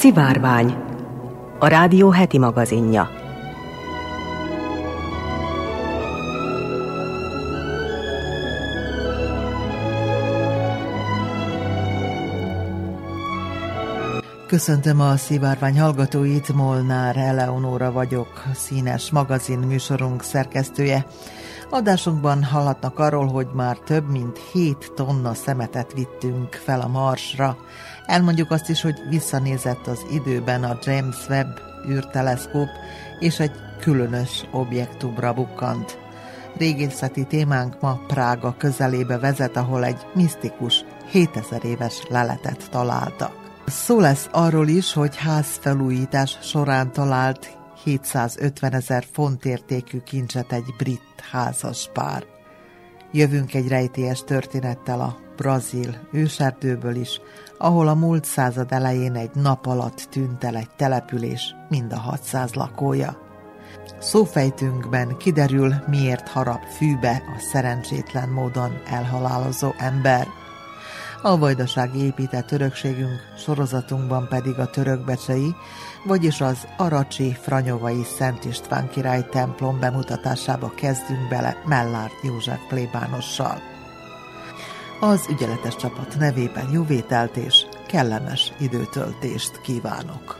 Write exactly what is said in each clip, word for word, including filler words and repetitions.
Szivárvány, a rádió heti magazinja. Köszöntöm a Szivárvány hallgatóit, Molnár Eleonóra vagyok, színes magazin műsorunk szerkesztője. Adásunkban hallhatnak arról, hogy már több mint hét tonna szemetet vittünk fel a Marsra. Elmondjuk azt is, hogy visszanézett az időben a James Webb űrteleszkóp, és egy különös objektumra bukkant. Régészeti témánk ma Prága közelébe vezet, ahol egy misztikus, hétezer éves leletet találtak. Szó lesz arról is, hogy házfelújítás során talált hétszázötvenezer font értékű kincset egy brit házaspár. Jövünk egy rejtélyes történettel a brazil őserdőből is, ahol a múlt század elején egy nap alatt tűnt el egy település mind a hatszáz lakója. Szófejtünkben kiderül, miért harap fűbe a szerencsétlen módon elhalálozó ember. A vajdasági épített örökségünk sorozatunkban pedig a törökbecsei, vagyis az aracsi franyovai Szent István király templom bemutatásába kezdünk bele Mellárd József plébánossal. Az ügyeletes csapat nevében jó vételt és kellemes időtöltést kívánok!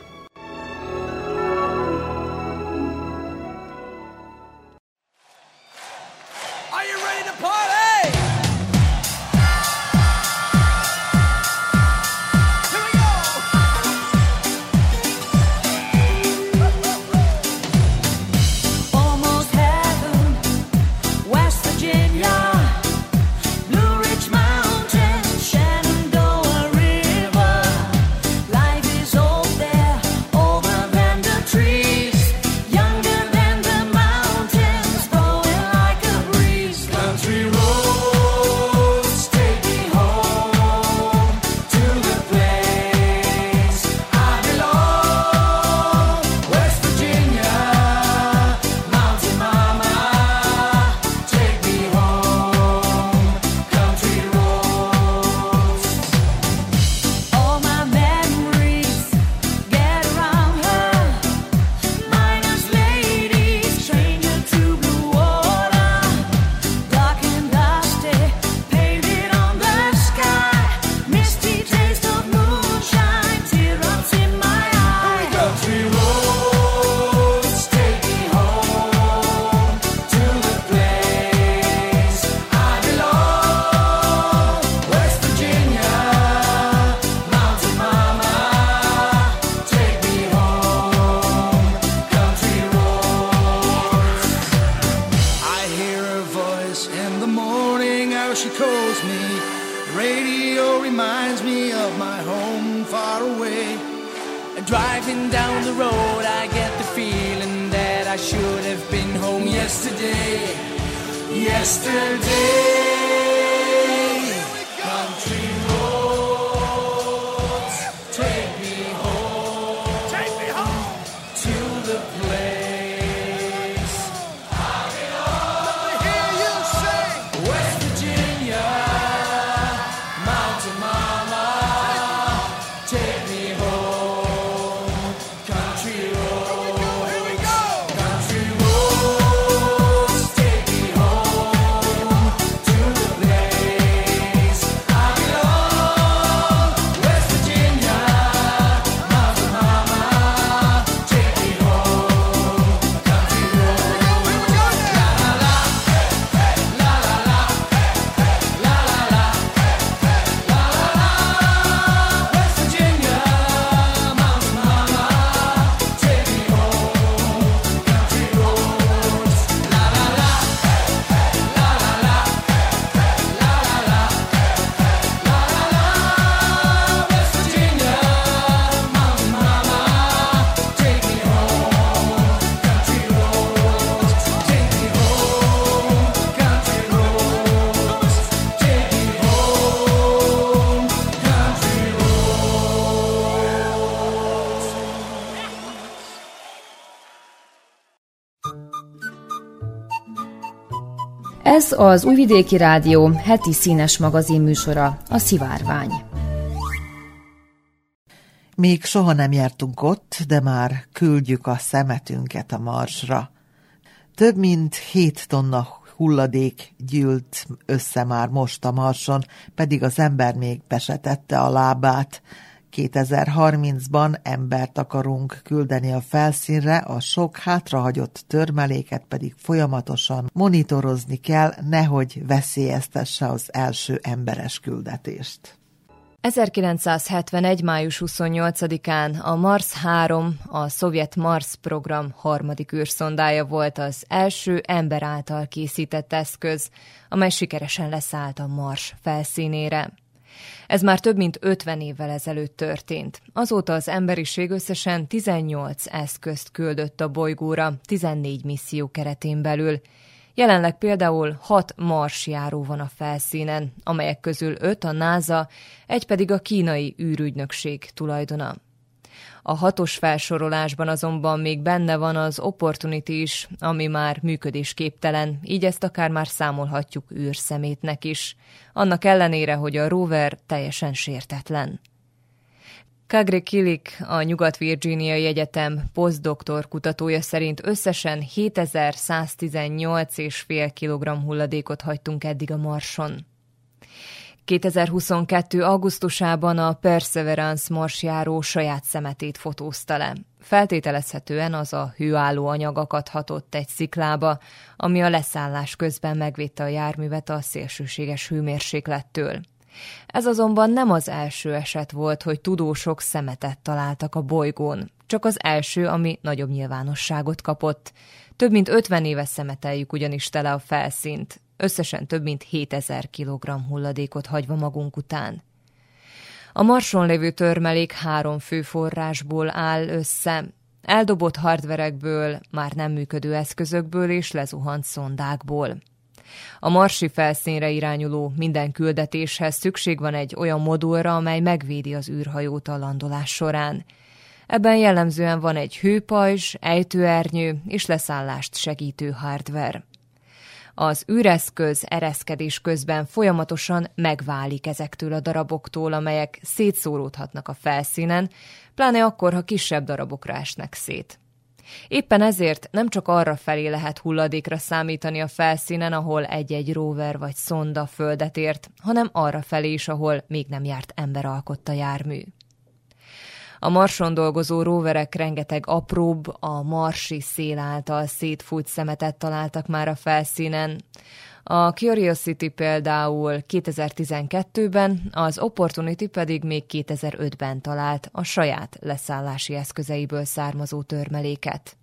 Ez az Újvidéki Rádió heti színes magazin műsora, a Szivárvány. Még soha nem jártunk ott, de már küldjük a szemetünket a Marsra. Több mint hét tonna hulladék gyűlt össze már most a Marson, pedig az ember még be se tette a lábát. kétezer-harmincban embert akarunk küldeni a felszínre, a sok hátrahagyott törmeléket pedig folyamatosan monitorozni kell, nehogy veszélyeztesse az első emberes küldetést. ezerkilencszázhetvenegy. május huszonnyolcadikán a Mars három, a szovjet Mars program harmadik űrszondája volt az első ember által készített eszköz, amely sikeresen leszállt a Mars felszínére. Ez már több mint ötven évvel ezelőtt történt. Azóta az emberiség összesen tizennyolc eszközt küldött a bolygóra, tizennégy misszió keretén belül. Jelenleg például hat marsjáró van a felszínen, amelyek közül öt a NASA, egy pedig a kínai űrügynökség tulajdona. A hatos felsorolásban azonban még benne van az Opportunity is, ami már működésképtelen, így ezt akár már számolhatjuk űrszemétnek is, annak ellenére, hogy a rover teljesen sértetlen. Kagre Kilik, a Nyugat-Virginiai Egyetem posztdoktor kutatója szerint összesen hétezer-száztizennyolc egész öt kilogramm hulladékot hagytunk eddig a Marson. kétezer-huszonkettő. augusztusában a Perseverance marsjáró saját szemetét fotózta le. Feltételezhetően az a hőálló anyag akadhatott egy sziklába, ami a leszállás közben megvédte a járművet a szélsőséges hőmérséklettől. Ez azonban nem az első eset volt, hogy tudósok szemetet találtak a bolygón, csak az első, ami nagyobb nyilvánosságot kapott. Több mint ötven éve szemeteljük ugyanis tele a felszínt, összesen több mint hétezer kilogramm hulladékot hagyva magunk után. A Marson lévő törmelék három fő forrásból áll össze, eldobott hardverekből, már nem működő eszközökből és lezuhant szondákból. A marsi felszínre irányuló minden küldetéshez szükség van egy olyan modulra, amely megvédi az űrhajót a landolás során. Ebben jellemzően van egy hőpajzs, ejtőernyő és leszállást segítő hardware. Az űreszköz ereszkedés közben folyamatosan megválik ezektől a daraboktól, amelyek szétszóródhatnak a felszínen, pláne akkor, ha kisebb darabokra esnek szét. Éppen ezért nem csak arra felé lehet hulladékra számítani a felszínen, ahol egy-egy rover vagy szonda földet ért, hanem arra felé is, ahol még nem járt ember alkotta jármű. A Marson dolgozó roverek rengeteg apróbb, a marsi szél által szétfújt szemetet találtak már a felszínen. A Curiosity például kétezer-tizenkettőben, az Opportunity pedig még kétezer-ötben talált a saját leszállási eszközeiből származó törmeléket.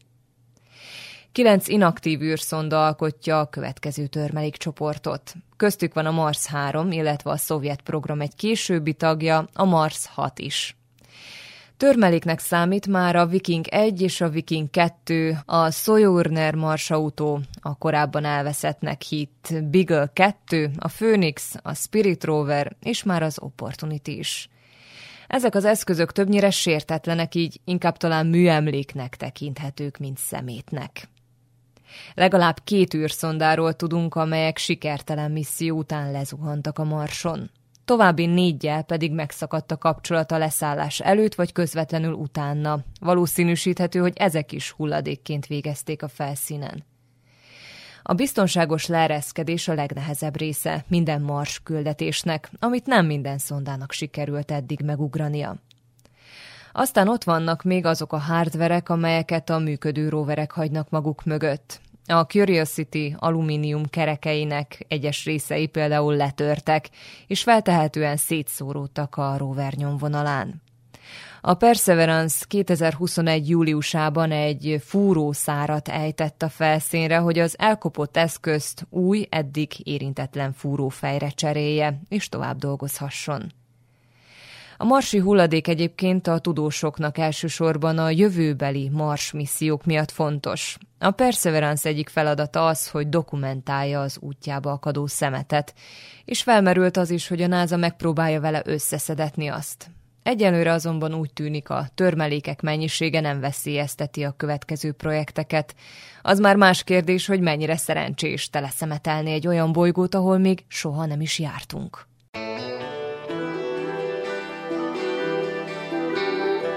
Kilenc inaktív űrszonda alkotja a következő törmelékcsoportot. Köztük van a Mars három, illetve a szovjet program egy későbbi tagja, a Mars hat is. Törmeléknek számít már a Viking egy és a Viking kettő, a Sojourner marsautó, a korábban elveszettnek hitt Beagle kettő, a Phoenix, a Spirit rover és már az Opportunity is. Ezek az eszközök többnyire sértetlenek, így inkább talán műemléknek tekinthetők, mint szemétnek. Legalább két űrszondáról tudunk, amelyek sikertelen misszió után lezuhantak a Marson. További néggyel pedig megszakadt a kapcsolat a leszállás előtt vagy közvetlenül utána. Valószínűsíthető, hogy ezek is hulladékként végezték a felszínen. A biztonságos leereszkedés a legnehezebb része minden Mars küldetésnek, amit nem minden szondának sikerült eddig megugrania. Aztán ott vannak még azok a hardverek, amelyeket a működő roverek hagynak maguk mögött. A Curiosity alumínium kerekeinek egyes részei például letörtek, és feltehetően szétszóródtak a rover nyomvonalán. A Perseverance kétezer-huszonegy júliusában egy fúrószárat ejtett a felszínre, hogy az elkopott eszközt új, eddig érintetlen fúrófejre cserélje, és tovább dolgozhasson. A marsi hulladék egyébként a tudósoknak elsősorban a jövőbeli Mars missziók miatt fontos. A Perseverance egyik feladata az, hogy dokumentálja az útjába akadó szemetet, és felmerült az is, hogy a NASA megpróbálja vele összeszedetni azt. Egyelőre azonban úgy tűnik, a törmelékek mennyisége nem veszélyezteti a következő projekteket. Az már más kérdés, hogy mennyire szerencsés teleszemetelni egy olyan bolygót, ahol még soha nem is jártunk.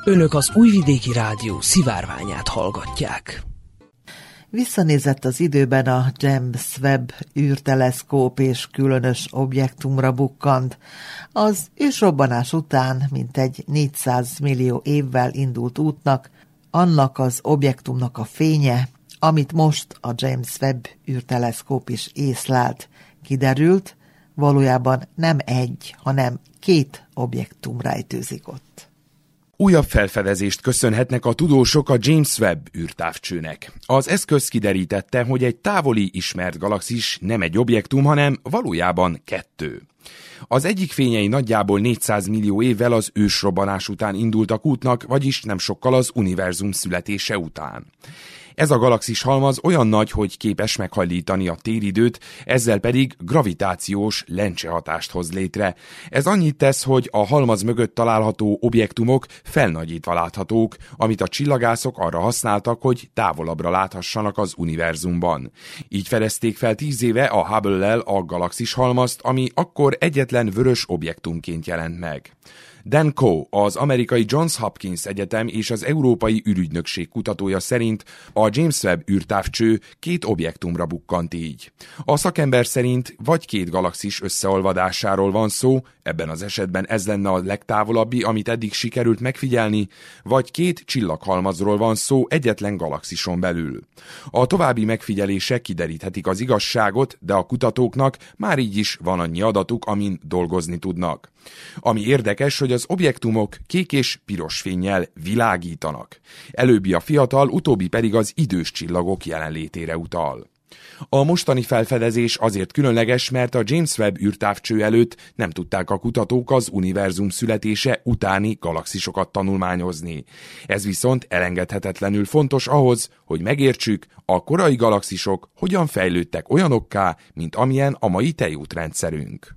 Önök az Újvidéki Rádió szivárványát hallgatják. Visszanézett az időben a James Webb űrteleszkóp és különös objektumra bukkant. Az ősrobbanás után mintegy négyszáz millió évvel indult útnak, annak az objektumnak a fénye, amit most a James Webb űrteleszkóp is észlelt. Kiderült, valójában nem egy, hanem két objektum rejtőzik ott. Újabb felfedezést köszönhetnek a tudósok a James Webb űrtávcsőnek. Az eszköz kiderítette, hogy egy távoli ismert galaxis nem egy objektum, hanem valójában kettő. Az egyik fényei nagyjából négyszáz millió évvel az ősrobbanás után indultak útnak, vagyis nem sokkal az univerzum születése után. Ez a galaxis halmaz olyan nagy, hogy képes meghajlítani a téridőt, ezzel pedig gravitációs lencsehatást hoz létre. Ez annyit tesz, hogy a halmaz mögött található objektumok felnagyítva láthatók, amit a csillagászok arra használtak, hogy távolabbra láthassanak az univerzumban. Így fedezték fel tíz éve a Hubble-lel a galaxis halmazt, ami akkor egyetlen vörös objektumként jelent meg. Dan Coe, az amerikai Johns Hopkins Egyetem és az Európai űrügynökség kutatója szerint a James Webb űrtávcső két objektumra bukkant így. A szakember szerint vagy két galaxis összeolvadásáról van szó, ebben az esetben ez lenne a legtávolabbi, amit eddig sikerült megfigyelni, vagy két csillaghalmazról van szó egyetlen galaxison belül. A további megfigyelések kideríthetik az igazságot, de a kutatóknak már így is van annyi adatuk, amin dolgozni tudnak. Ami érdekes, hogy az objektumok kék és piros fénnyel világítanak. Előbbi a fiatal, utóbbi pedig az idős csillagok jelenlétére utal. A mostani felfedezés azért különleges, mert a James Webb űrtávcső előtt nem tudták a kutatók az univerzum születése utáni galaxisokat tanulmányozni. Ez viszont elengedhetetlenül fontos ahhoz, hogy megértsük, a korai galaxisok hogyan fejlődtek olyanokká, mint amilyen a mai tejútrendszerünk.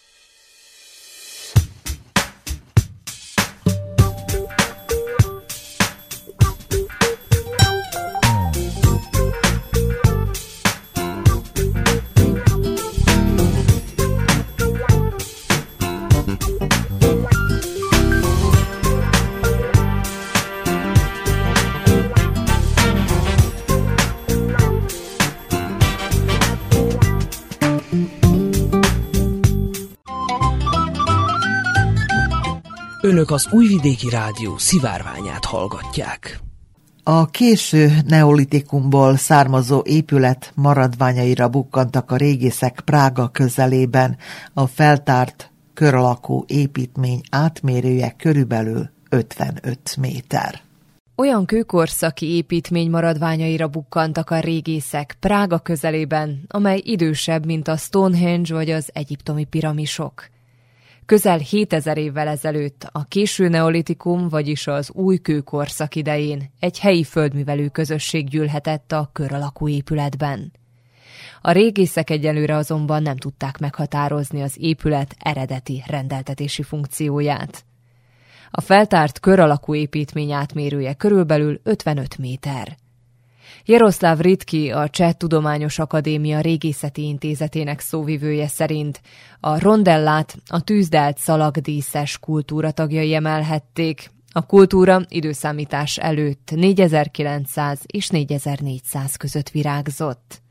Önök az Újvidéki Rádió szivárványát hallgatják. A késő neolitikumból származó épület maradványaira bukkantak a régészek Prága közelében. A feltárt kör alakú építmény átmérője körülbelül ötvenöt méter. Olyan kőkorszaki építmény maradványaira bukkantak a régészek Prága közelében, amely idősebb, mint a Stonehenge vagy az egyiptomi piramisok. Közel hétezer évvel ezelőtt, a késő neolitikum, vagyis az új kőkorszak idején egy helyi földművelő közösség gyűlhetett a kör alakú épületben. A régészek egyelőre azonban nem tudták meghatározni az épület eredeti rendeltetési funkcióját. A feltárt kör alakú építmény átmérője körülbelül ötvenöt méter. Jaroszláv Ritki, a Cseh Tudományos Akadémia Régészeti Intézetének szóvivője szerint a rondellát a tűzdelt szalagdíszes kultúra tagjai emelhették. A kultúra időszámítás előtt négyezer-kilencszáz és négyezer-négyszáz között virágzott.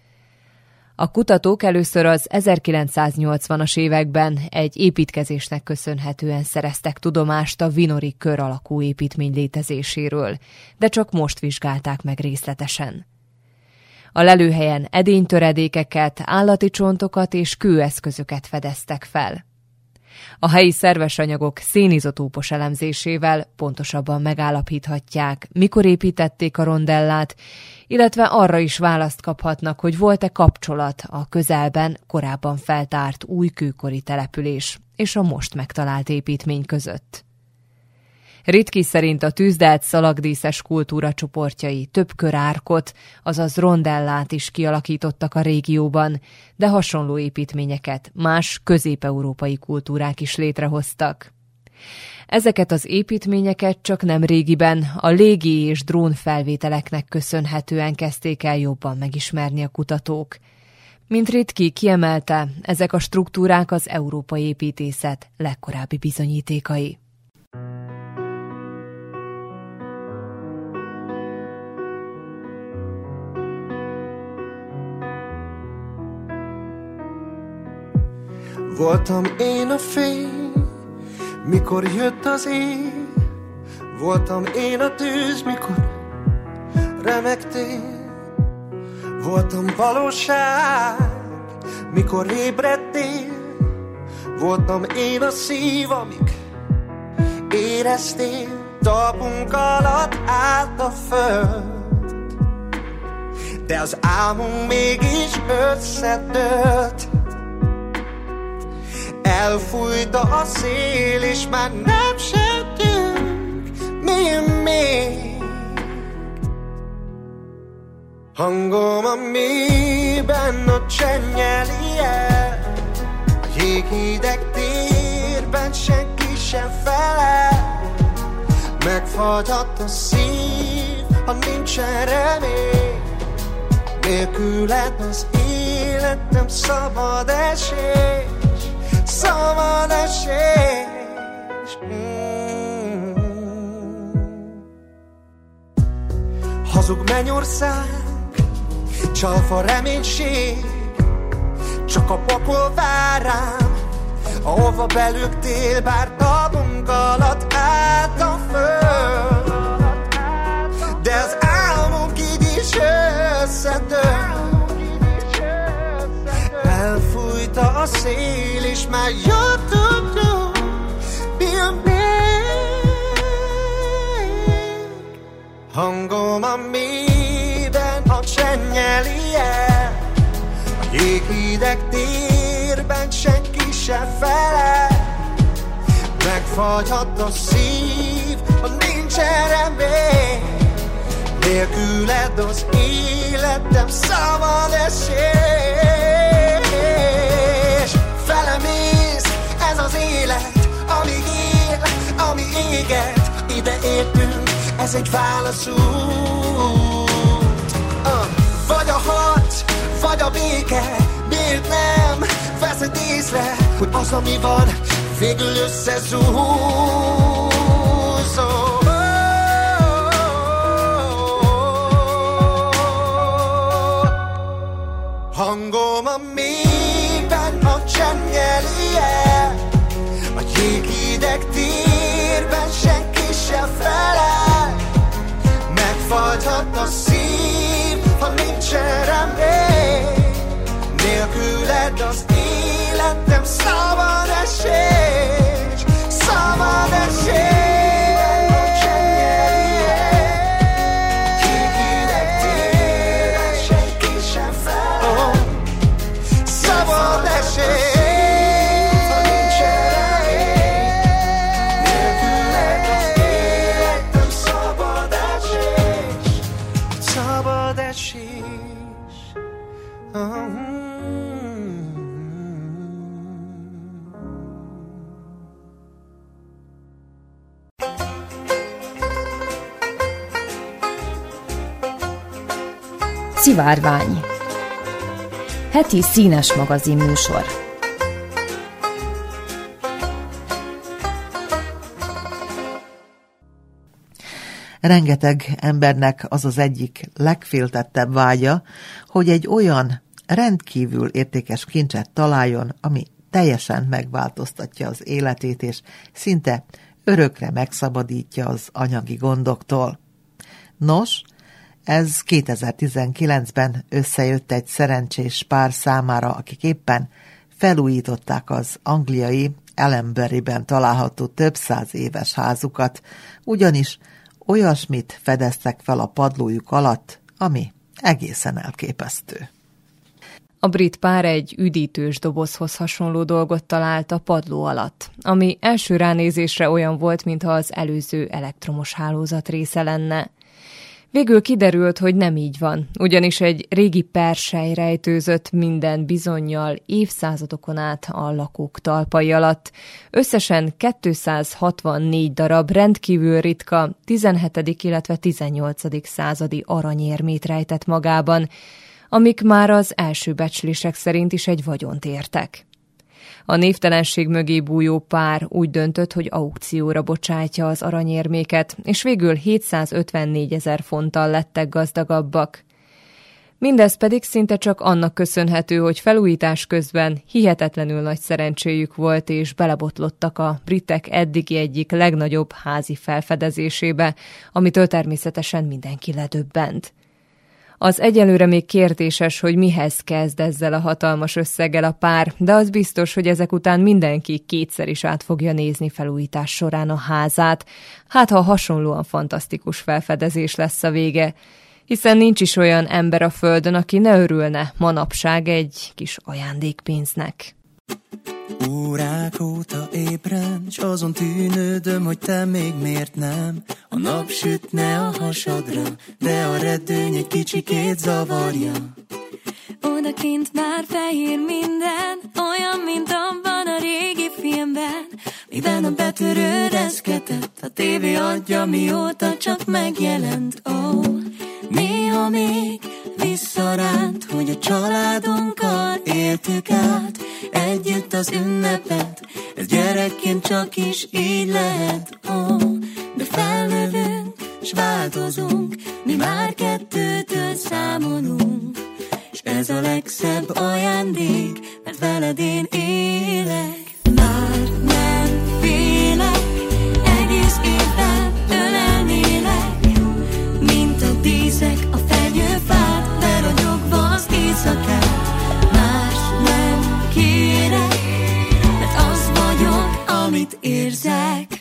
A kutatók először az ezerkilencszáznyolcvanas években egy építkezésnek köszönhetően szereztek tudomást a vinori kör alakú építmény létezéséről, de csak most vizsgálták meg részletesen. A lelőhelyen edénytöredékeket, állati csontokat és kőeszközöket fedeztek fel. A helyi szerves anyagok szénizotópos elemzésével pontosabban megállapíthatják, mikor építették a rondellát, illetve arra is választ kaphatnak, hogy volt-e kapcsolat a közelben korábban feltárt új kőkori település és a most megtalált építmény között. Ritki szerint a tűzdelt szalagdíszes kultúra csoportjai több körárkot, azaz rondellát is kialakítottak a régióban, de hasonló építményeket más közép-európai kultúrák is létrehoztak. Ezeket az építményeket csak nem régiben a légi és drón felvételeknek köszönhetően kezdték el jobban megismerni a kutatók. Mint Ritki kiemelte, ezek a struktúrák az európai építészet legkorábbi bizonyítékai. Voltam én a fény, mikor jött az éj. Voltam én a tűz, mikor remegtél. Voltam valóság, mikor ébredtél. Voltam én a szív, amíg éreztél. Talpunk alatt állt a föld, de az álmunk mégis összedőlt. Elfújta a szél, és már nem sejtünk, mi még. Hangom a mélyben, ott csennyeli el. A jéghideg térben senki sem felel. Megfagyhat a szív, ha nincsen remény. Nélküled az élet nem szabad esés. Szabad esés. mm. Hazug mennyország, csalfa reménység. Csak a pokol vár rám, ahova belőttél. Bár talpunk alatt állt a föld, de az álmunk így is összedőlt. Elfújta a szél, és már jöttünk, mi még. Hangom a mélyben, a csennyeli el. A jéghideg térben senki sem felel. Megfagyhat a szív, ha nincsen remény. Nélküled az életem szabad esés. Felemész, ez az élet, amíg él, ami éget. Ide értünk, ez egy válaszút. uh, Vagy a harc, vagy a béke. Miért nem veszed észre, hogy az, ami van, végül összezúzol. Hangom a mélyben, a csennyeli el. A jéghideg térben senki sem felel. Megfagyhat a szív, ha nincsen remény. Nélküled az életem szabad esés. Szabad esés. Szivárvány. Heti színes magazinműsor. Rengeteg embernek az az egyik legféltettebb vágya, hogy egy olyan rendkívül értékes kincset találjon, ami teljesen megváltoztatja az életét, és szinte örökre megszabadítja az anyagi gondoktól. Nos, ez kétezer-tizenkilencben összejött egy szerencsés pár számára, akik éppen felújították az angliai Ellenburyben található több száz éves házukat, ugyanis olyasmit fedeztek fel a padlójuk alatt, ami egészen elképesztő. A brit pár egy üdítős dobozhoz hasonló dolgot talált a padló alatt, ami első ránézésre olyan volt, mintha az előző elektromos hálózat része lenne. Végül kiderült, hogy nem így van, ugyanis egy régi persely rejtőzött minden bizonnyal évszázadokon át a lakók talpai alatt. Összesen kétszázhatvannégy darab rendkívül ritka tizenhetedik illetve tizennyolcadik századi aranyérmét rejtett magában, amik már az első becslések szerint is egy vagyont értek. A névtelenség mögé bújó pár úgy döntött, hogy aukcióra bocsátja az aranyérméket, és végül hétszázötvennégyezer fonttal lettek gazdagabbak. Mindez pedig szinte csak annak köszönhető, hogy felújítás közben hihetetlenül nagy szerencséjük volt, és belebotlottak a britek eddigi egyik legnagyobb házi felfedezésébe, amitől természetesen mindenki ledöbbent. Az egyelőre még kérdéses, hogy mihez kezd ezzel a hatalmas összeggel a pár, de az biztos, hogy ezek után mindenki kétszer is át fogja nézni felújítás során a házát, hát ha hasonlóan fantasztikus felfedezés lesz a vége, hiszen nincs is olyan ember a földön, aki ne örülne manapság egy kis ajándékpénznek. Órák óta ébren, s azon tűnődöm, hogy te még miért nem. A nap sütne a hasadra, de a redőny egy kicsikét zavarja. Odakint már fehér minden, olyan, mint abban a régi filmben, miben a betörő reszketett, a tévé adja, mióta csak megjelent. Oh, néha még visszaránt, hogy a családunkkal éltük át együtt az ünnepet, ez gyerekként csak is így lehet. Oh, de felnövünk, s változunk, mi már kettőtől számolunk, s ez a legszebb ajándék, mert veled én élek. Már nem félek, egész évben ölelnélek, mint a díszek a fenyőfát, beragyogva az éjszakát. Más nem kérek, mert az vagyok, amit érzek.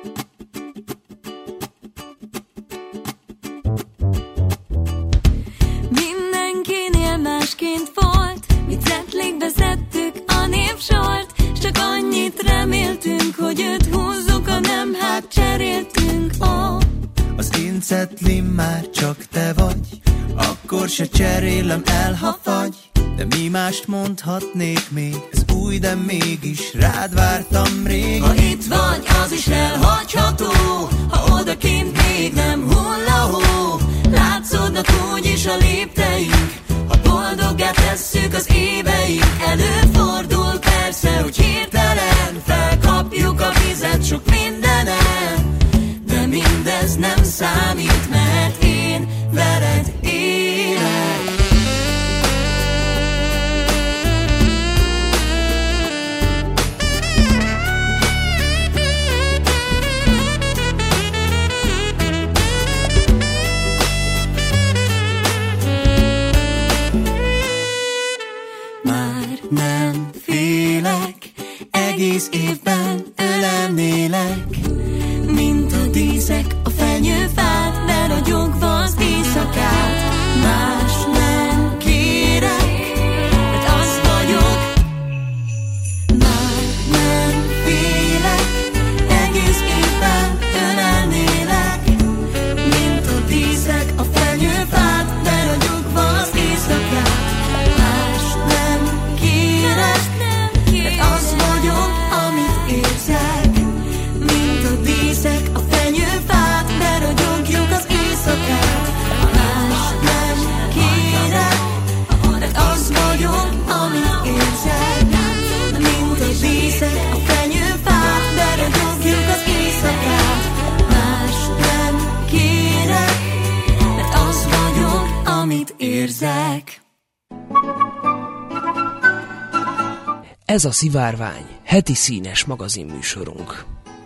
Mindenkinél másként volt, mi cetlikbe szedtük a névsort, s csak annyit reméltünk, hogy őt húzzuk, a nem, hát cseréltünk. Oh. Az én cetlim már csak te vagy, akkor se cserélem el, ha fagy. De mi mást mondhatnék még, ez új, de mégis rád vártam rég. Ha itt vagy, az is elhagyható, ha odakint még nem hull a hó. Látszódnak úgyis a lépteink, ha boldoggá tesszük az éveink. Előfordul persze, hogy hirtelen felkapjuk a vizet sok mindenen, de mindez nem számít, mert én veled élek. Már nem félek, egész évben ölelnélek, mint a díszek a fenyőfát, beragyogva az éjszakát. Más nem kérek, mert az vagyok. Már nem félek, egész évben ölelnélek, mint a díszek a fenyőfát, beragyogva az éjszakát. Más nem kérek, mert az vagyok, amit érzek, mint a díszek a fenyőfát, beragyogjuk az éjszakát. Más nem kérek, mert az vagyok, amit érzek, mint a díszek a fenyőfát, beragyogjuk az éjszakát. Más nem kérek, mert az vagyok, amit érzek. Ez a Szivárvány, heti színes magazinműsorunk.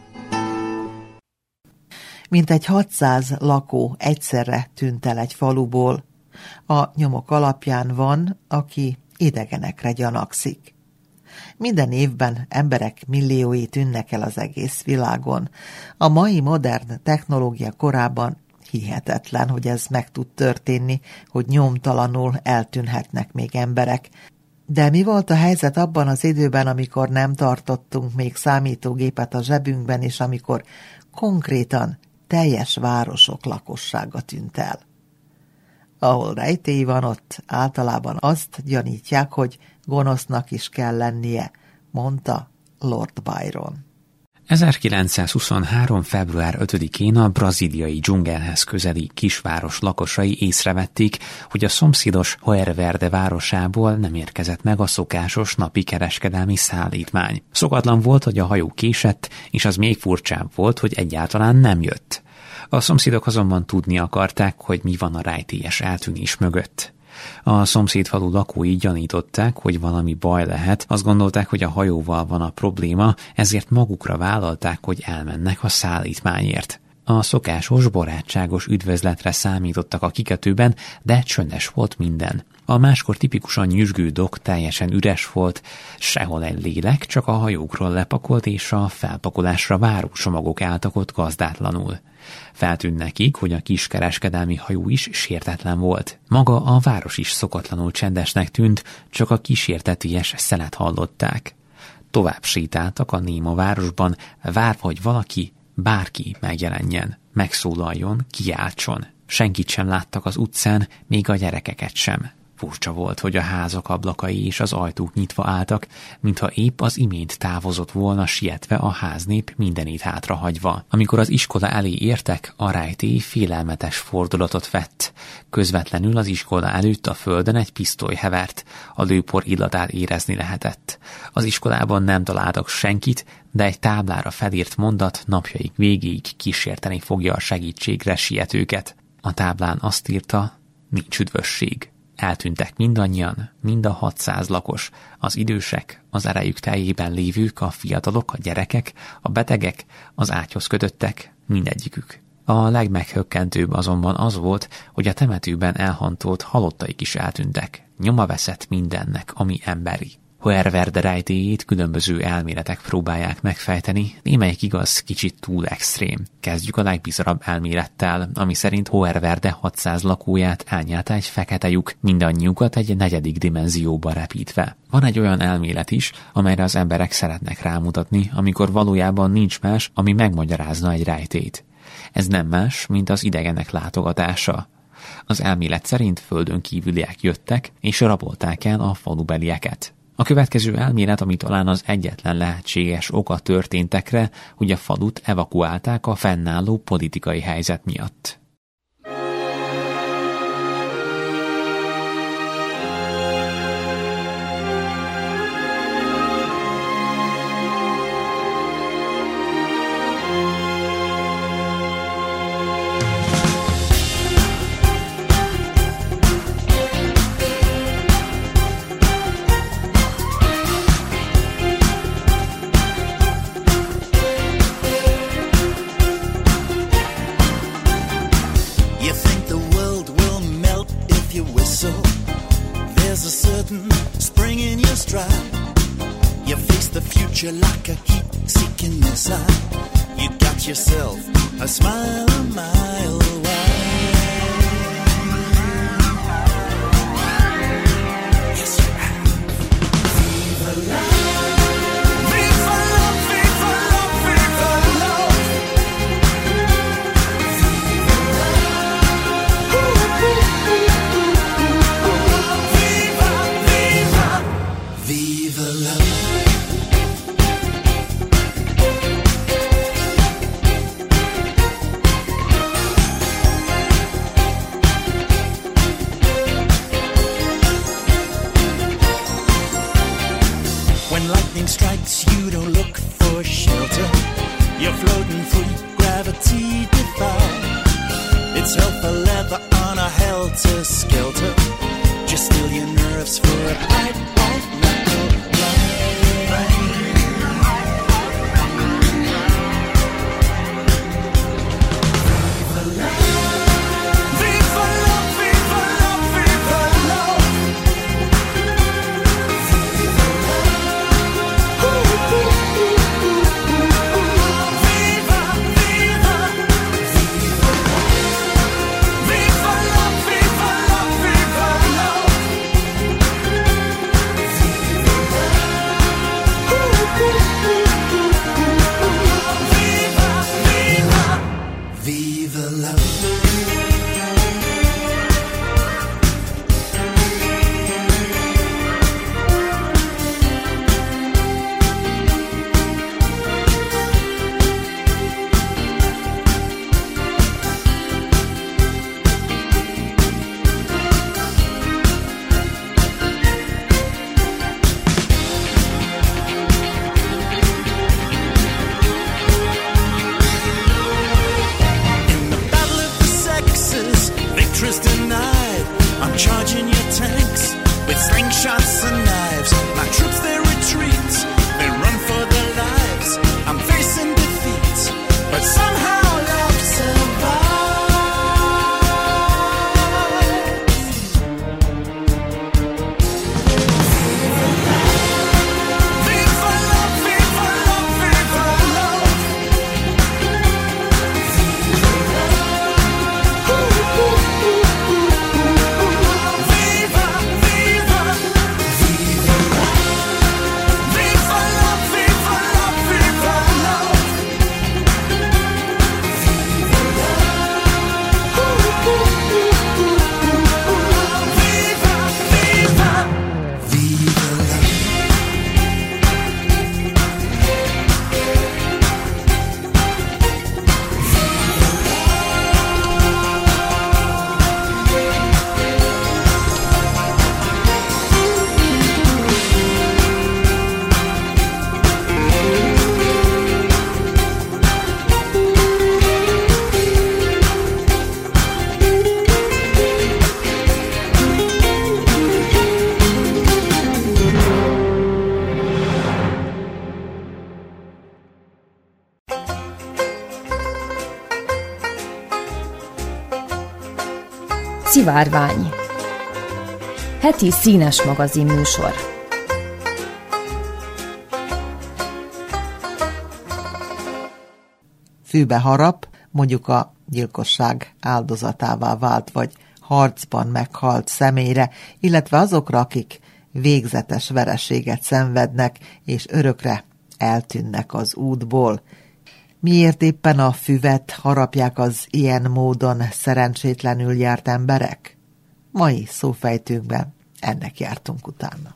Mintegy hatszáz lakó egyszerre tűnt el egy faluból. A nyomok alapján van, aki idegenekre gyanakszik. Minden évben emberek milliói tűnnek el az egész világon. A mai modern technológia korában hihetetlen, hogy ez meg tud történni, hogy nyomtalanul eltűnhetnek még emberek. De mi volt a helyzet abban az időben, amikor nem tartottunk még számítógépet a zsebünkben, és amikor konkrétan teljes városok lakossága tűnt el? Ahol rejtély van, ott általában azt gyanítják, hogy gonosznak is kell lennie, mondta Lord Byron. ezerkilencszázhuszonhárom. február ötödikén a brazíliai dzsungelhez közeli kisváros lakosai észrevették, hogy a szomszédos Hoerverde városából nem érkezett meg a szokásos napi kereskedelmi szállítmány. Szokatlan volt, hogy a hajó késett, és az még furcsább volt, hogy egyáltalán nem jött. A szomszédok azonban tudni akarták, hogy mi van a rejtélyes eltűnés mögött. A szomszédfalu lakói gyanították, hogy valami baj lehet, azt gondolták, hogy a hajóval van a probléma, ezért magukra vállalták, hogy elmennek a szállítmányért. A szokásos, barátságos üdvözletre számítottak a kikötőben, de csöndes volt minden. A máskor tipikusan nyüzsgő dok teljesen üres volt, sehol egy lélek, csak a hajókról lepakolt és a felpakolásra váró csomagok álltak ott gazdátlanul. Feltűnt nekik, hogy a kiskereskedelmi hajó is sértetlen volt. Maga a város is szokatlanul csendesnek tűnt, csak a kísérteties szenet hallották. Tovább sétáltak a néma városban, várva, hogy valaki, bárki megjelenjen, megszólaljon, kiáltson. Senkit sem láttak az utcán, még a gyerekeket sem. Furcsa volt, hogy a házak ablakai és az ajtók nyitva álltak, mintha épp az imént távozott volna sietve a háznép mindenét hátrahagyva. Amikor az iskola elé értek, a rejtély félelmetes fordulatot vett. Közvetlenül az iskola előtt a földön egy pisztoly hevert, a lőpor illatát érezni lehetett. Az iskolában nem találtak senkit, de egy táblára felírt mondat napjaik végéig kísérteni fogja a segítségre sietőket. A táblán azt írta, nincs üdvösség. Eltűntek mindannyian, mind a hatszáz lakos, az idősek, az erejük teljében lévők, a fiatalok, a gyerekek, a betegek, az ágyhoz kötöttek, mindegyikük. A legmeghökkentőbb azonban az volt, hogy a temetőben elhantolt halottaik is eltűntek. Nyoma veszett mindennek, ami emberi. Hoerverde rejtélyét különböző elméletek próbálják megfejteni, némelyik igaz, kicsit túl extrém. Kezdjük a legbizarabb elmélettel, ami szerint Hoerverde hatszáz lakóját elnyálta egy fekete lyuk, mindannyiukat egy negyedik dimenzióba repítve. Van egy olyan elmélet is, amelyre az emberek szeretnek rámutatni, amikor valójában nincs más, ami megmagyarázna egy rejtélyt. Ez nem más, mint az idegenek látogatása. Az elmélet szerint földön kívüliek jöttek, és rabolták el a falubelieket. A következő elmélet, ami talán az egyetlen lehetséges oka történtekre, hogy a falut evakuálták a fennálló politikai helyzet miatt. You're like a heat-seeking missile. You got yourself a smile a mile wide. Yes, you have. Viva love, viva love, viva love, viva love, viva love. Ooh, ooh, ooh, ooh, ooh. Viva, viva, viva love. Strikes, you don't look for shelter. You're floating free, gravity defy. It's hell for leather on a helter-skelter. Just still your nerves for a bite of knuckle Viva love, viva love, viva love, viva love. Viva Szivárvány. Heti színes magazin műsor. Fűbe harap, mondjuk a gyilkosság áldozatává vált, vagy harcban meghalt személyre, illetve azokra, akik végzetes vereséget szenvednek, és örökre eltűnnek az útból. Miért éppen a füvet harapják az ilyen módon szerencsétlenül járt emberek? Mai szófejtőnkben ennek jártunk utána.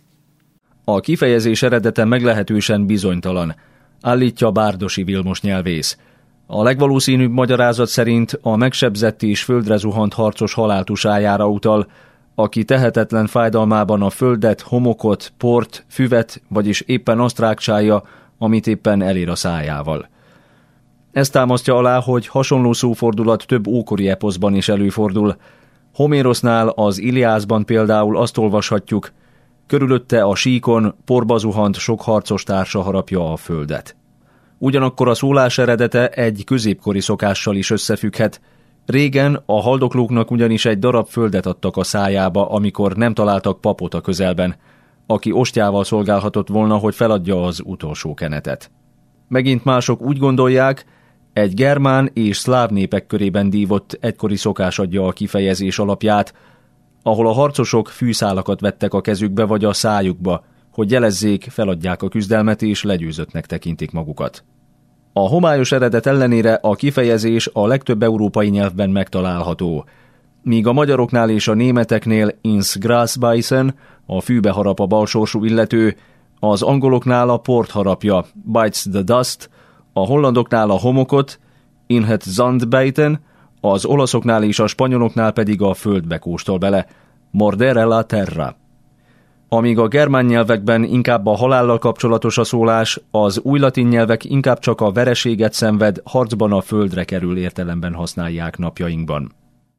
A kifejezés eredete meglehetősen bizonytalan, állítja Bárdosi Vilmos nyelvész. A legvalószínűbb magyarázat szerint a megsebzett és földre zuhant harcos haláltusájára utal, aki tehetetlen fájdalmában a földet, homokot, port, füvet, vagyis éppen azt rákcsálja, amit éppen elér a szájával. Ez támasztja alá, hogy hasonló szófordulat több ókori eposzban is előfordul. Homérosznál, az Iliászban például azt olvashatjuk, körülötte a síkon porba zuhant sok harcos társa harapja a földet. Ugyanakkor a szólás eredete egy középkori szokással is összefügghet. Régen a haldoklóknak ugyanis egy darab földet adtak a szájába, amikor nem találtak papot a közelben, aki ostjával szolgálhatott volna, hogy feladja az utolsó kenetet. Megint mások úgy gondolják, egy germán és szláv népek körében dívott egykori szokás adja a kifejezés alapját, ahol a harcosok fűszálakat vettek a kezükbe vagy a szájukba, hogy jelezzék, feladják a küzdelmet és legyőzöttnek tekintik magukat. A homályos eredet ellenére a kifejezés a legtöbb európai nyelvben megtalálható, míg a magyaroknál és a németeknél ins Gras beißen, a fűbe harap a balsorsú illető, az angoloknál a port harapja, bites the dust, a hollandoknál a homokot, in het Zand bijten, az olaszoknál és a spanyoloknál pedig a földbe kóstol bele, mordere la terra. Amíg a germán nyelvekben inkább a halállal kapcsolatos a szólás, az új latin nyelvek inkább csak a vereséget szenved, harcban a földre kerül értelemben használják napjainkban.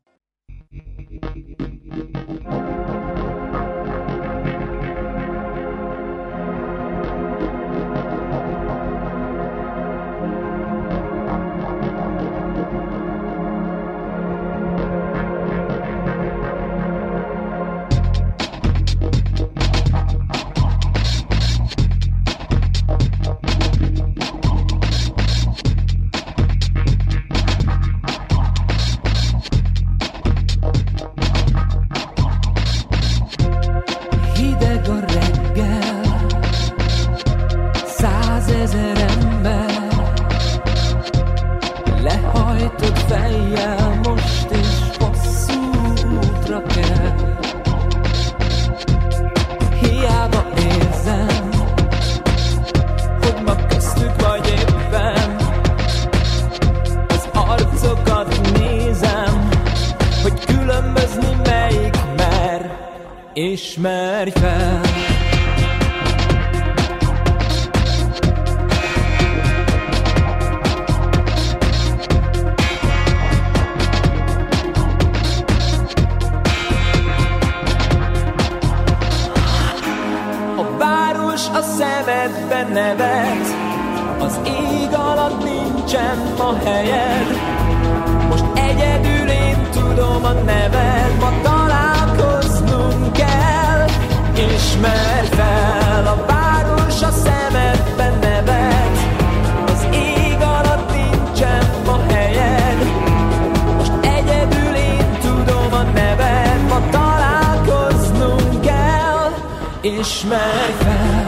Ismerj fel! A város a szemedben nevet, az ég alatt nincsen ma helyed. Most egyedül én tudom a neved, ma találkoznunk kell. Ismerj fel, a város a szemedben nevet, az ég alatt nincsen ma helyed. Most egyedül én tudom a neved, ma találkoznunk kell. Ismerj fel.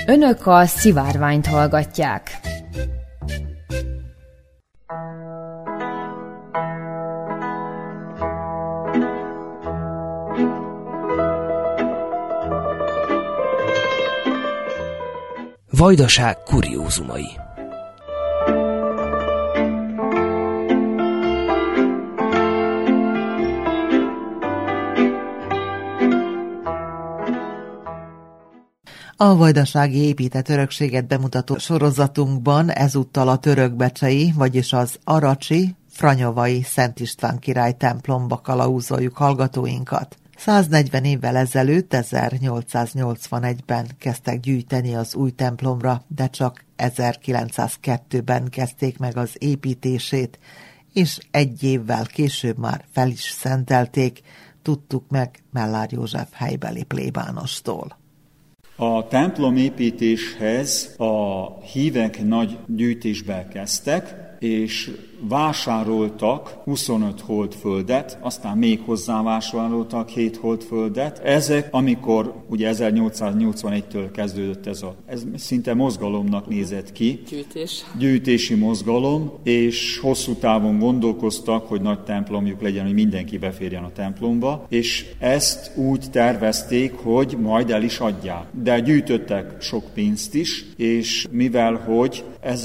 Önök a Szivárványt hallgatják. Vajdaság kuriózumai. A vajdasági épített örökséget bemutató sorozatunkban ezúttal a törökbecsei, vagyis az aracsi, franyavai Szent István király templomba kalauzoljuk hallgatóinkat. száznegyven évvel ezelőtt, ezernyolcszáznyolcvanegyben kezdtek gyűjteni az új templomra, de csak ezerkilencszázkettőben kezdték meg az építését, és egy évvel később már fel is szentelték, tudtuk meg Mellár József helybeli plébánostól. A templomépítéshez a hívek nagy gyűjtésbe kezdtek, és vásároltak huszonöt holdföldet, aztán még hozzá vásároltak hét holdföldet. Ezek, amikor ugye ezernyolcszáznyolcvanegytől kezdődött ez a, ez szinte mozgalomnak nézett ki. Gyűjtés. Gyűjtési mozgalom, és hosszú távon gondolkoztak, hogy nagy templomjuk legyen, hogy mindenki beférjen a templomba, és ezt úgy tervezték, hogy majd el is adják. De gyűjtöttek sok pénzt is, és mivel hogy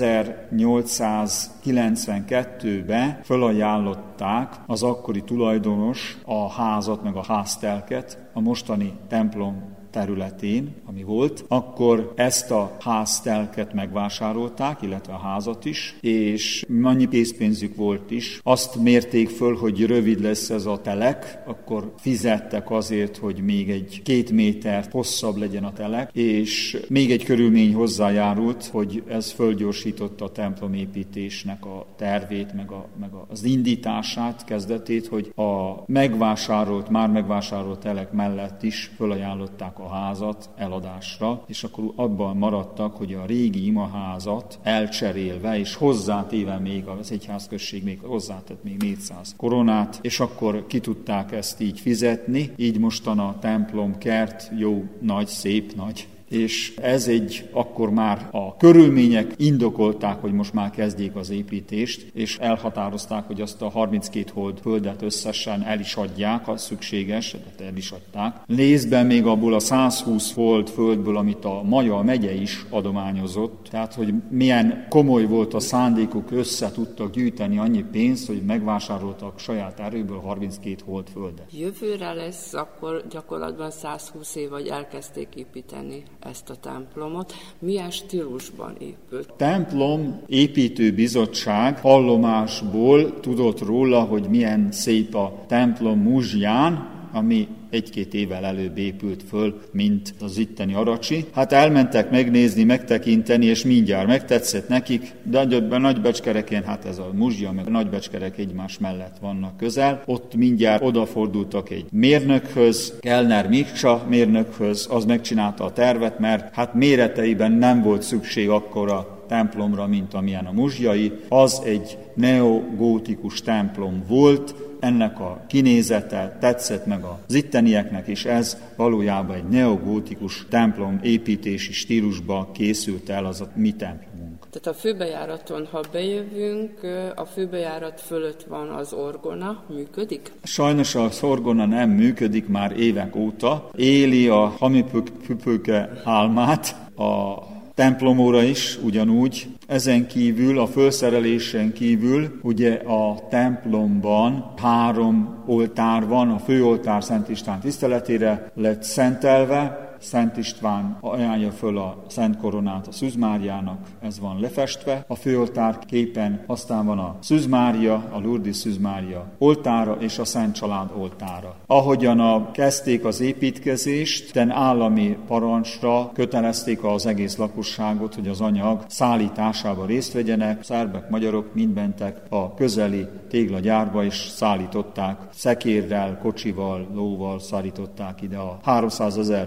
ezernyolcszázkilencvenkettőben fölajánlották az akkori tulajdonos a házat meg a háztelket a mostani templom területén, ami volt, akkor ezt a háztelket megvásárolták, illetve a házat is, és annyi készpénzük volt is. Azt mérték föl, hogy rövid lesz ez a telek, akkor fizettek azért, hogy még egy két méter hosszabb legyen a telek, és még egy körülmény hozzájárult, hogy ez fölgyorsította a templomépítésnek a tervét, meg, a, meg az indítását, kezdetét, hogy a megvásárolt, már megvásárolt telek mellett is fölajánlották a a házat eladásra, és akkor abban maradtak, hogy a régi imaházat elcserélve, és hozzátéve még az egyházközség még hozzátett még négyszáz koronát, és akkor ki tudták ezt így fizetni, így mostan a templom kert jó, nagy, szép, nagy. És ez egy, akkor már a körülmények indokolták, hogy most már kezdjék az építést, és elhatározták, hogy azt a harminckét hold földet összesen el is adják, ha szükséges, de el is adták. Részben még abból a százhúsz hold földből, amit a Maja megye is adományozott, tehát hogy milyen komoly volt a szándékuk, össze tudtak gyűjteni annyi pénzt, hogy megvásároltak saját erőből harminckét hold földet. Jövőre lesz akkor gyakorlatban százhúsz év, vagy elkezdték építeni ezt a templomot. Milyen stílusban épült? A templom építő bizottság hallomásból tudott róla, hogy milyen szép a templom Muzsján, ami egy-két évvel előbb épült föl, mint az itteni aracsi. Hát elmentek megnézni, megtekinteni, és mindjárt megtetszett nekik, de Nagybecskereken, hát ez a Muzsja, meg a Nagybecskerek egymás mellett vannak közel. Ott mindjárt odafordultak egy mérnökhöz, Kellner Miksa mérnökhöz, az megcsinálta a tervet, mert hát méreteiben nem volt szükség akkora templomra, mint amilyen a muzsjai. Az egy neogótikus templom volt, ennek a kinézete tetszett meg az ittenieknek, és ez valójában egy neogótikus templom építési stílusba készült el az a mi templomunk. Tehát a főbejáraton, ha bejövünk, a főbejárat fölött van az orgona, működik? Sajnos az orgona nem működik már évek óta. Éli a hamipüpőke álmát, a templomóra is ugyanúgy. Ezen kívül, a fölszerelésen kívül, ugye a templomban három oltár van, a főoltár Szent István tiszteletére lett szentelve, Szent István ajánlja föl a Szent Koronát a Szűz Máriának, ez van lefestve a főoltár képen, aztán van a Szűz Mária, a Lourdes Szűz Mária oltára és a Szent Család oltára. Ahogyan a, kezdték az építkezést, ten állami parancsra kötelezték az egész lakosságot, hogy az anyag szállításába részt vegyenek, szerbek, magyarok mind mentek a közeli téglagyárba, és szállították szekérrel, kocsival, lóval szállították ide a háromszázezer téglát,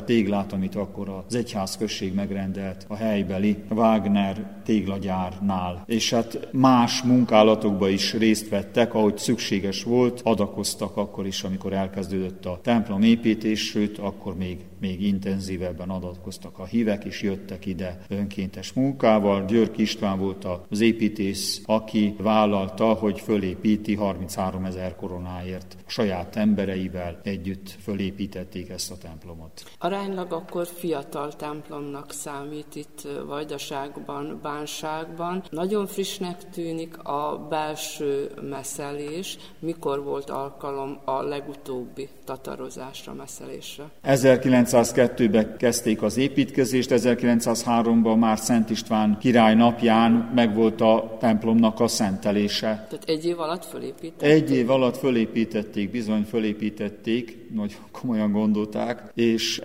téglát, amit akkor az egyházközség megrendelt a helybeli Wagner téglagyárnál. És hát más munkálatokba is részt vettek, ahogy szükséges volt, adakoztak akkor is, amikor elkezdődött a templom építés, sőt, akkor még, még intenzívebben adatkoztak a hívek, és jöttek ide önkéntes munkával. György István volt az építész, aki vállalta, hogy fölépíti harmincháromezer koronáért. A saját embereivel együtt fölépítették ezt a templomot. Aránylag akkor fiatal templomnak számít itt Vajdaságban, Bánságban. Nagyon frissnek tűnik a belső messzelés. Mikor volt alkalom a legutóbbi tatarozásra, messzelésre? ezerkilencszázkettőben kezdték az építkezést, ezerkilencszázháromban már Szent István király napján megvolt a templomnak a szentelése. Tehát egy év alatt fölépítették? Egy év alatt fölépítették, bizony fölépítették, nagyon komolyan gondolták, és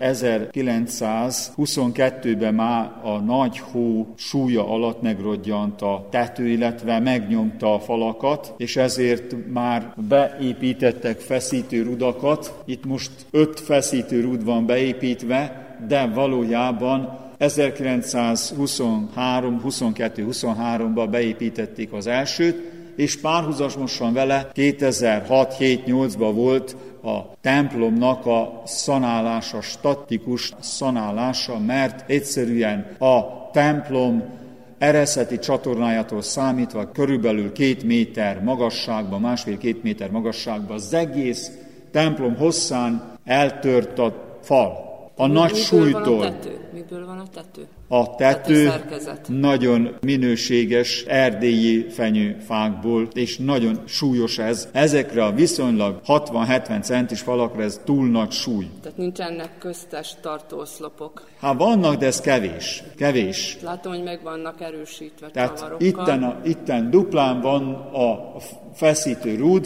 ezerkilencszázhuszonkettőben már a nagy hó súlya alatt megrodjant a tető, illetve megnyomta a falakat, és ezért már beépítettek feszítőrudakat. Itt most öt feszítőrud van beépítve, de valójában ezerkilencszázhuszonhárom, huszonkettő, huszonháromban beépítették az elsőt, és párhuzamosan vele kétezer-hat, hét, nyolcban volt a templomnak a szanálása, statikus szanálása, mert egyszerűen a templom ereszeti csatornájától számítva körülbelül két méter magasságban, másfél-két méter magasságban az egész templom hosszán eltört a fal. A Mi, nagy miből súlytól. Van a tető? Miből van a tető? A tető szerkezet. nagyon minőséges erdélyi fenyőfákból, és nagyon súlyos ez. Ezekre a viszonylag hatvan-hetven centis falakra ez túl nagy súly. Tehát nincsenek köztes tartóoszlopok. Hát vannak, de ez kevés. Kevés. Látom, hogy meg vannak erősítve Tehát csavarokkal. itten, a, itten duplán van a feszítő rúd,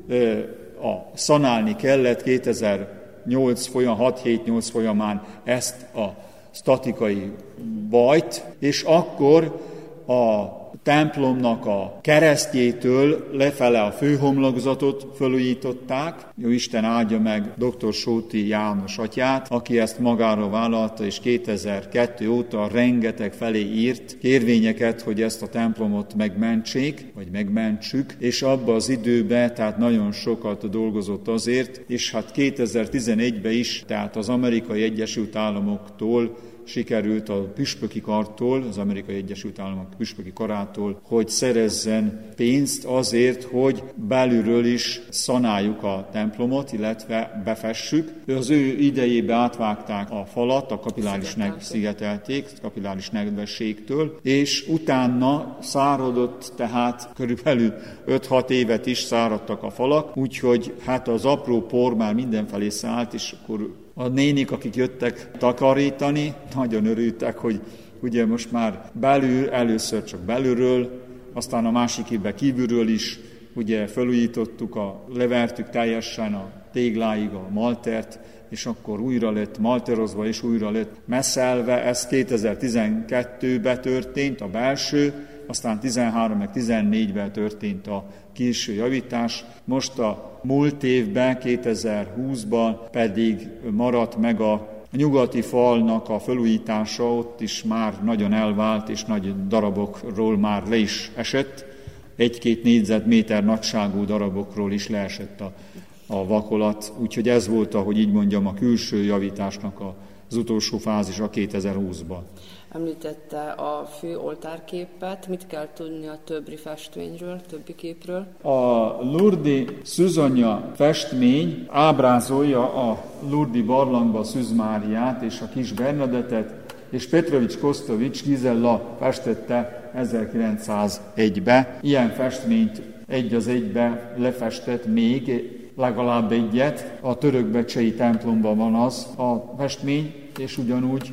a szanálni kellett kétezer-nyolc folyam, hat-hét-nyolc folyamán ezt a statikai bajt, és akkor a templomnak a keresztjétől lefele a főhomlokzatot fölújították. Jó Isten áldja meg dr. Sóti János atyát, aki ezt magára vállalta, és kétezer-kettő óta rengeteg felé írt kérvényeket, hogy ezt a templomot megmentsék, vagy megmentsük, és abba az időben, tehát nagyon sokat dolgozott azért, és hát kétezer-tizenegyben is, tehát az Amerikai Egyesült Államoktól sikerült a püspöki kartól, az Amerikai Egyesült Államok püspöki karától, hogy szerezzen pénzt azért, hogy belülről is szanáljuk a templomot, illetve befessük. Az ő idejébe átvágták a falat, a kapilláris szigetelték, kapilláris nedvességtől, és utána száradott, tehát körülbelül öt-hat évet is száradtak a falak, úgyhogy hát az apró por már mindenfelé szállt, és akkor a nénik, akik jöttek takarítani, nagyon örültek, hogy ugye most már belül, először csak belülről, aztán a másik évben kívülről is, ugye felújítottuk, a, levertük teljesen a tégláig a maltert, és akkor újra lett malterozva, és újra lett messzelve. Ez kétezer-tizenkettőben történt a belső, aztán tizenhárom meg tizennégyben történt a külső javítás. Most a múlt évben, kétezer-húszban pedig maradt meg a nyugati falnak a felújítása, ott is már nagyon elvált, és nagy darabokról már le is esett. Egy-két négyzetméter nagyságú darabokról is leesett a, a vakolat, úgyhogy ez volt, ahogy így mondjam, a külső javításnak az utolsó fázis a kétezer-húszban. Említette a fő oltárképet, mit kell tudni a többi festvényről, többi képről? A Lurdi Szűzonya festmény ábrázolja a Lurdi barlangba Szűz Máriát és a kis Bernadettet, és Petrovics Kostovics Gizella festette ezerkilencszázegyben. Ilyen festményt egy az egybe lefestett még legalább egyet. A törökbecsei templomban van az a festmény, és ugyanúgy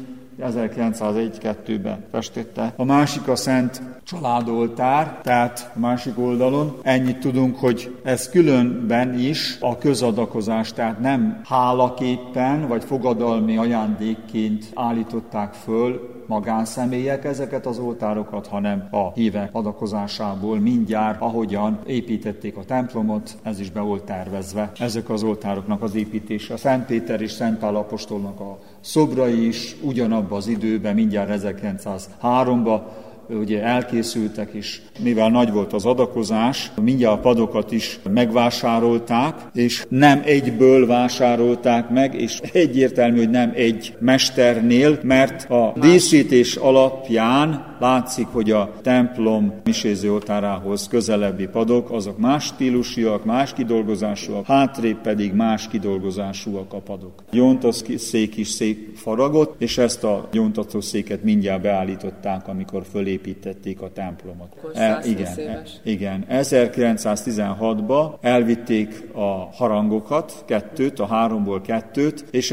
ezerkilencszázegy-kettőben festette. A másik a Szent Családoltár, tehát a másik oldalon. Ennyit tudunk, hogy ez különben is a közadakozás, tehát nem hálaképpen vagy fogadalmi ajándékként állították föl, magánszemélyek ezeket az oltárokat, hanem a hívek adakozásából mindjárt, ahogyan építették a templomot, ez is be volt tervezve. Ezek az oltároknak az építése. A Szent Péter és Szent Pál apostolnak a szobrai is ugyanabban az időben, mindjárt ezerkilencszázháromban ugye elkészültek is, mivel nagy volt az adakozás, mindjárt a padokat is megvásárolták, és nem egyből vásárolták meg, és egyértelmű, hogy nem egy mesternél, mert a díszítés alapján látszik, hogy a templom miséző oltárához közelebbi padok, azok más stílusúak, más kidolgozásúak, hátrébb pedig más kidolgozásúak a padok. Gyóntatószék is szép faragott, és ezt a gyóntatószéket mindjárt beállították, amikor fölépítették a templomot. E, igen, e, igen. ezerkilencszáztizenhatban elvitték a harangokat, kettőt, a háromból kettőt, és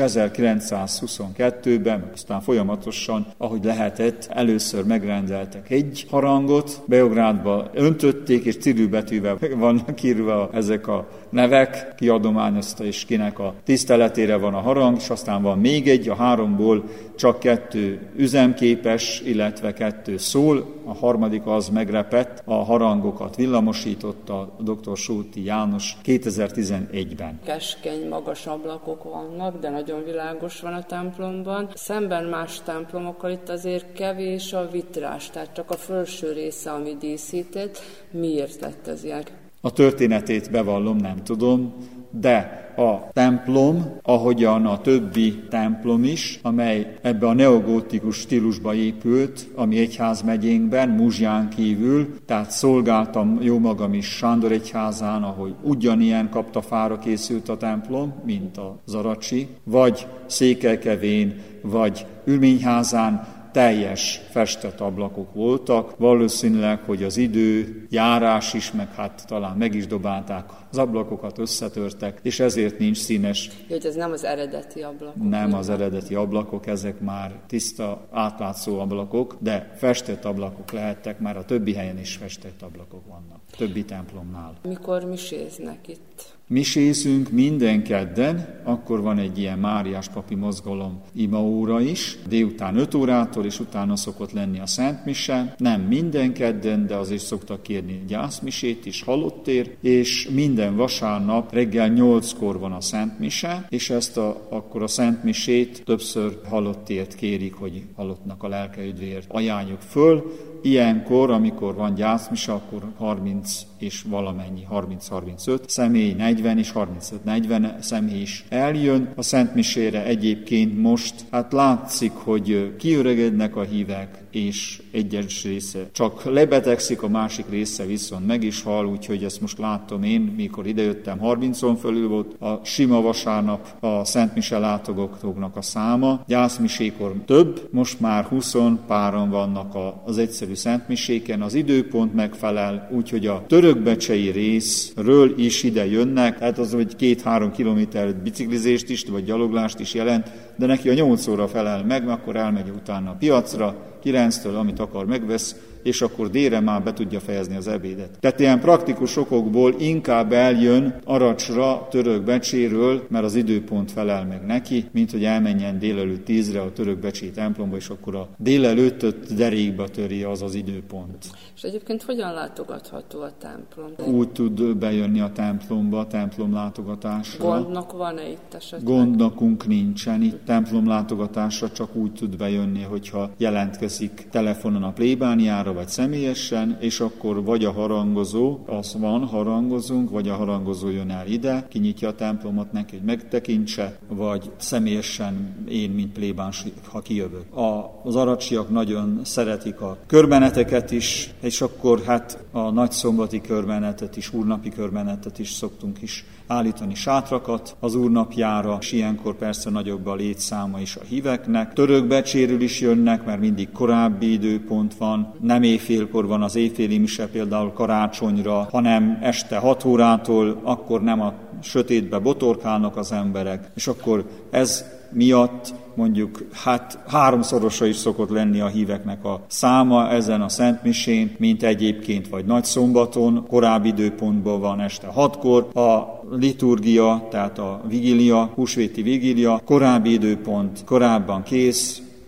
ezerkilencszázhuszonkettőben, aztán folyamatosan, ahogy lehetett, először megrendeltek egy harangot, Beográdba öntötték, és cirülbetűvel vannak írva ezek a nevek, ki adományozta, és kinek a tiszteletére van a harang, és aztán van még egy, a háromból csak kettő üzemképes, illetve kettő szól, a harmadik az megrepett, a harangokat villamosította dr. Sóti János kétezer-tizenegyben. Keskeny, magas ablakok vannak, de nagyon világos van a templomban. Szemben más templomokkal itt azért kevés a vitrás, tehát csak a felső része, ami díszített. Miért lett ez ilyen? A történetét bevallom, nem tudom, de a templom, ahogyan a többi templom is, amely ebbe a neogótikus stílusba épült, ami egyházmegyénkben, Muzsján kívül, tehát szolgáltam jó magam is Sándor egyházán, ahogy ugyanilyen kaptafára készült a templom, mint a Zaracsi, vagy Székelykevén, vagy Ülményházán, teljes festett ablakok voltak. Valószínűleg, hogy az idő, járás is, meg hát talán meg is dobálták az ablakokat, összetörtek, és ezért nincs színes. Hogy ez nem az eredeti ablakok. Nem az eredeti ablakok, ezek már tiszta, átlátszó ablakok, de festett ablakok lehettek, már a többi helyen is festett ablakok vannak, többi templomnál. Mikor miséznek itt? Misézünk minden kedden, akkor van egy ilyen Máriás papi mozgalom imaóra is, délután öt órától, és utána szokott lenni a Szentmise. Nem minden kedden, de azért szoktak kérni gyászmisét is, halottér, és minden vasárnap reggel nyolckor van a Szentmise, és ezt a, akkor a Szentmisét többször halottért kérik, hogy halottnak a lelkeüdvéért ajánljuk föl. Ilyenkor, amikor van gyászmise, akkor harminc és valamennyi, harminc-harmincöt személy, negyven és harmincöt-negyven személy is eljön a Szentmisére. Egyébként most hát látszik, hogy kiöregednek a hívek, és egyes része csak lebetegszik, a másik része viszont meg is hal, úgyhogy ezt most látom én, mikor idejöttem, harmincon fölül volt a sima vasárnap a Szentmise látogatóknak a száma. Gyászmisékor több, most már huszon páran vannak az egyszerű szentmiséken, az időpont megfelel, úgyhogy a törökbecsei részről is ide jönnek, tehát az, hogy két-három kilométer biciklizést is, vagy gyaloglást is jelent, de neki a nyolc óra felel meg, akkor elmegy utána a piacra, kilenctől, amit akar, megvesz, és akkor délre már be tudja fejezni az ebédet. Tehát ilyen praktikus okokból inkább eljön Aracsra Törökbecséről, mert az időpont felel meg neki, mint hogy elmenjen délelőtt tízre a Törökbecsi templomba, és akkor a délelőttöt derékba töri az az időpont. És egyébként hogyan látogatható a templom? Úgy tud bejönni a templomba, a templom látogatásra. Gondnak van-e itt esetleg? Gondnakunk nincsen itt. Templom látogatásra csak úgy tud bejönni, hogyha jelentkezik telefonon a plébániára, vagy személyesen, és akkor vagy a harangozó, az van, harangozunk, vagy a harangozó jön el ide, kinyitja a templomot neki, hogy megtekintse, vagy személyesen én, mint plébáns, ha kijövök. A, az aracsaiak nagyon szeretik a körbeneteket is, és akkor hát a nagyszombati körbenetet is, úrnapi körbenetet is szoktunk is állítani sátrakat az úrnapjára, és ilyenkor persze nagyobb a létszáma is a híveknek. Törökbecséről is jönnek, mert mindig korábbi időpont van, nem éjfélkor van az éjféli mise például karácsonyra, hanem este hat órától, akkor nem a sötétbe botorkálnak az emberek, és akkor ez miatt mondjuk hát háromszorosa is szokott lenni a híveknek a száma ezen a szentmisén, mint egyébként vagy nagyszombaton, korábbi időpontban van este hatkor a liturgia, tehát a vigília, húsvéti vigília, korábbi időpont korábban kész,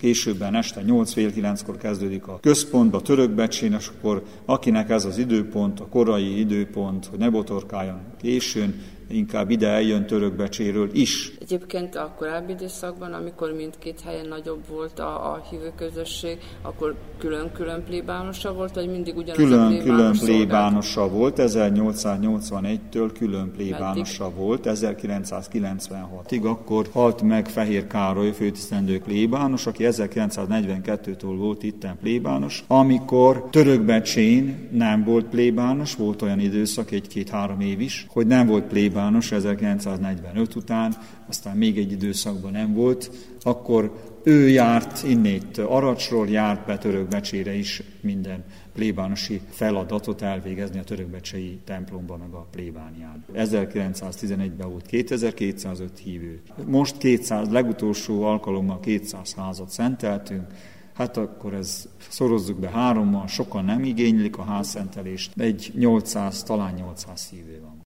későbben este nyolc fél kilenckor kezdődik a központba, törökbecsén, és akkor akinek ez az időpont, a korai időpont, hogy ne botorkáljon későn, inkább ide eljön Törökbecséről is. Egyébként a korábbi időszakban, amikor mindkét helyen nagyobb volt a, a hívő közösség, akkor külön-külön plébánosa volt, vagy mindig ugyanaz külön, a plébános Külön plébánosa volt, ezernyolcszáznyolcvanegytől külön plébánosa Meddig? volt, ezerkilencszázkilencvenhatig, akkor halt meg Fehér Károly főtisztendő plébános, aki ezerkilencszáznegyvenkettőtől volt itten plébános, amikor Törökbecsén nem volt plébános, volt olyan időszak, egy-két-három év is, hogy nem volt plébános, ezerkilencszáznegyvenöt után, aztán még egy időszakban nem volt, akkor ő járt innét Aracsról, járt be Törökbecsére is minden plébánosi feladatot elvégezni a törökbecsei templomba, meg a plébánián. ezerkilencszáztizenegyben volt kétezer-kétszázöt hívő. Most kétszáz, legutolsó alkalommal kétszáz házat szenteltünk, hát akkor ez szorozzuk be hárommal, sokan nem igénylik a házszentelést, egy nyolcszáz, talán nyolcszáz hívő van.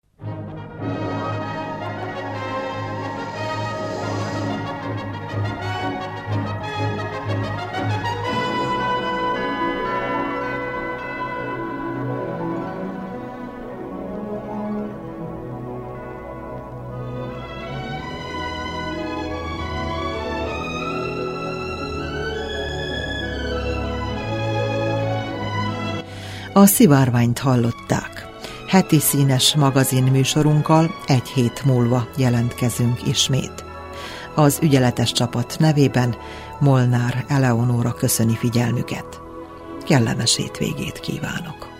A Szivárványt hallották. Heti színes magazin műsorunkkal egy hét múlva jelentkezünk ismét. Az ügyeletes csapat nevében Molnár Eleonóra köszöni figyelmüket. Kellemes hétvégét kívánok!